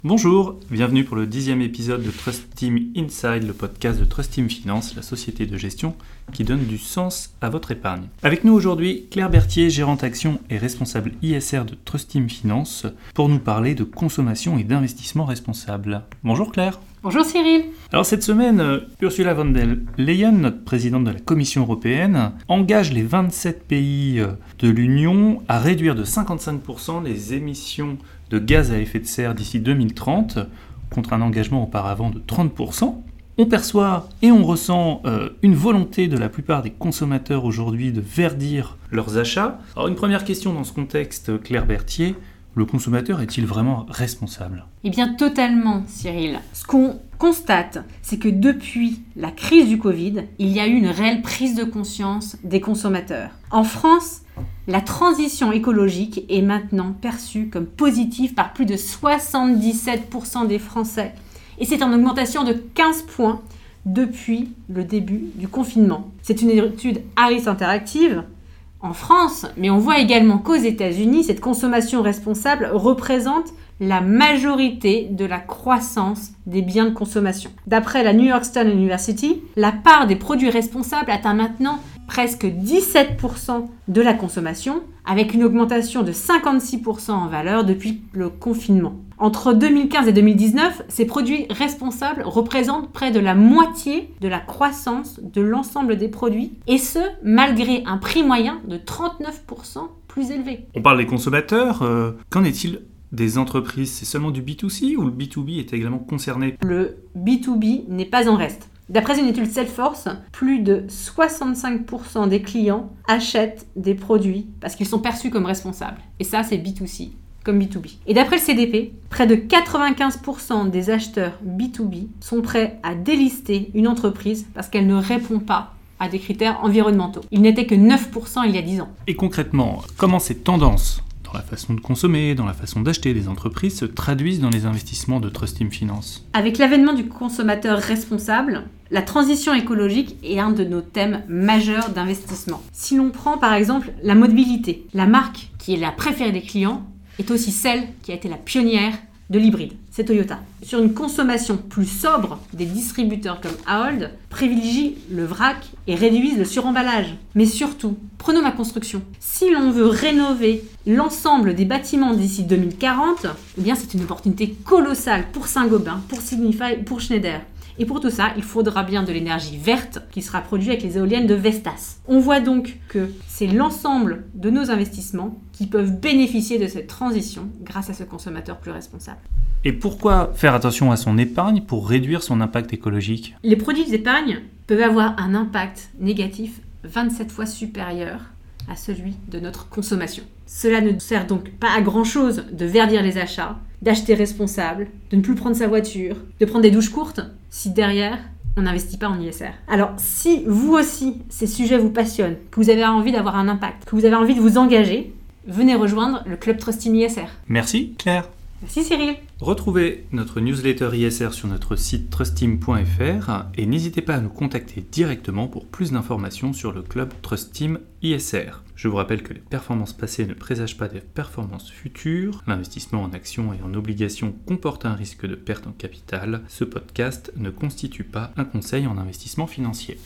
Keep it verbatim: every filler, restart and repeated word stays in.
Bonjour, bienvenue pour le dixième épisode de Trust Team Inside, le podcast de Trust Team Finance, la société de gestion qui donne du sens à votre épargne. Avec nous aujourd'hui, Claire Berthier, gérante action et responsable I S R de Trust Team Finance, pour nous parler de consommation et d'investissement responsable. Bonjour Claire. Bonjour Cyril. Alors cette semaine, Ursula von der Leyen, notre présidente de la Commission européenne, engage les vingt-sept pays de l'Union à réduire de cinquante-cinq pour cent les émissions de gaz à effet de serre d'ici deux mille trente, contre un engagement auparavant de trente pour cent. On perçoit et on ressent euh, une volonté de la plupart des consommateurs aujourd'hui de verdir leurs achats. Alors une première question dans ce contexte, Claire Berthier, le consommateur est-il vraiment responsable ? Eh bien totalement Cyril. Ce qu'on constate, c'est que depuis la crise du Covid, il y a eu une réelle prise de conscience des consommateurs. En France, la transition écologique est maintenant perçue comme positive par plus de soixante-dix-sept pour cent des Français. Et c'est en augmentation de quinze points depuis le début du confinement. C'est une étude Harris Interactive en France, mais on voit également qu'aux États-Unis, cette consommation responsable représente la majorité de la croissance des biens de consommation. D'après la New York Stone University, la part des produits responsables atteint maintenant presque dix-sept pour cent de la consommation, avec une augmentation de cinquante-six pour cent en valeur depuis le confinement. Entre deux mille quinze et deux mille dix-neuf, ces produits responsables représentent près de la moitié de la croissance de l'ensemble des produits, et ce, malgré un prix moyen de trente-neuf pour cent plus élevé. On parle des consommateurs, euh, qu'en est-il des entreprises ? C'est seulement du B deux C ou le B deux B est également concerné ? Le B deux B n'est pas en reste. D'après une étude Salesforce, plus de soixante-cinq pour cent des clients achètent des produits parce qu'ils sont perçus comme responsables. Et ça, c'est B deux C, comme B deux B. Et d'après le C D P, près de quatre-vingt-quinze pour cent des acheteurs B deux B sont prêts à délister une entreprise parce qu'elle ne répond pas à des critères environnementaux. Il n'était que neuf pour cent il y a dix ans. Et concrètement, comment ces tendances dans la façon de consommer, dans la façon d'acheter des entreprises se traduisent dans les investissements de Trust Team Finance ? Avec l'avènement du consommateur responsable, la transition écologique est un de nos thèmes majeurs d'investissement. Si l'on prend par exemple la mobilité, la marque qui est la préférée des clients est aussi celle qui a été la pionnière de l'hybride, c'est Toyota. Sur une consommation plus sobre, des distributeurs comme Ahold privilégient le vrac et réduisent le suremballage. Mais surtout, prenons la construction. Si l'on veut rénover l'ensemble des bâtiments d'ici deux mille quarante, eh bien c'est une opportunité colossale pour Saint-Gobain, pour Signify, pour Schneider. Et pour tout ça, il faudra bien de l'énergie verte qui sera produite avec les éoliennes de Vestas. On voit donc que c'est l'ensemble de nos investissements qui peuvent bénéficier de cette transition grâce à ce consommateur plus responsable. Et pourquoi faire attention à son épargne pour réduire son impact écologique ? Les produits d'épargne peuvent avoir un impact négatif vingt-sept fois supérieur à celui de notre consommation. Cela ne sert donc pas à grand-chose de verdir les achats, d'acheter responsable, de ne plus prendre sa voiture, de prendre des douches courtes, si derrière, on n'investit pas en I S R. Alors, si vous aussi, ces sujets vous passionnent, que vous avez envie d'avoir un impact, que vous avez envie de vous engager, venez rejoindre le Club Trust Team I S R. Merci Claire. Merci Cyril. Retrouvez notre newsletter I S R sur notre site trust team point f r et n'hésitez pas à nous contacter directement pour plus d'informations sur le club Trust Team I S R. Je vous rappelle que les performances passées ne présagent pas des performances futures. L'investissement en actions et en obligations comporte un risque de perte en capital. Ce podcast ne constitue pas un conseil en investissement financier.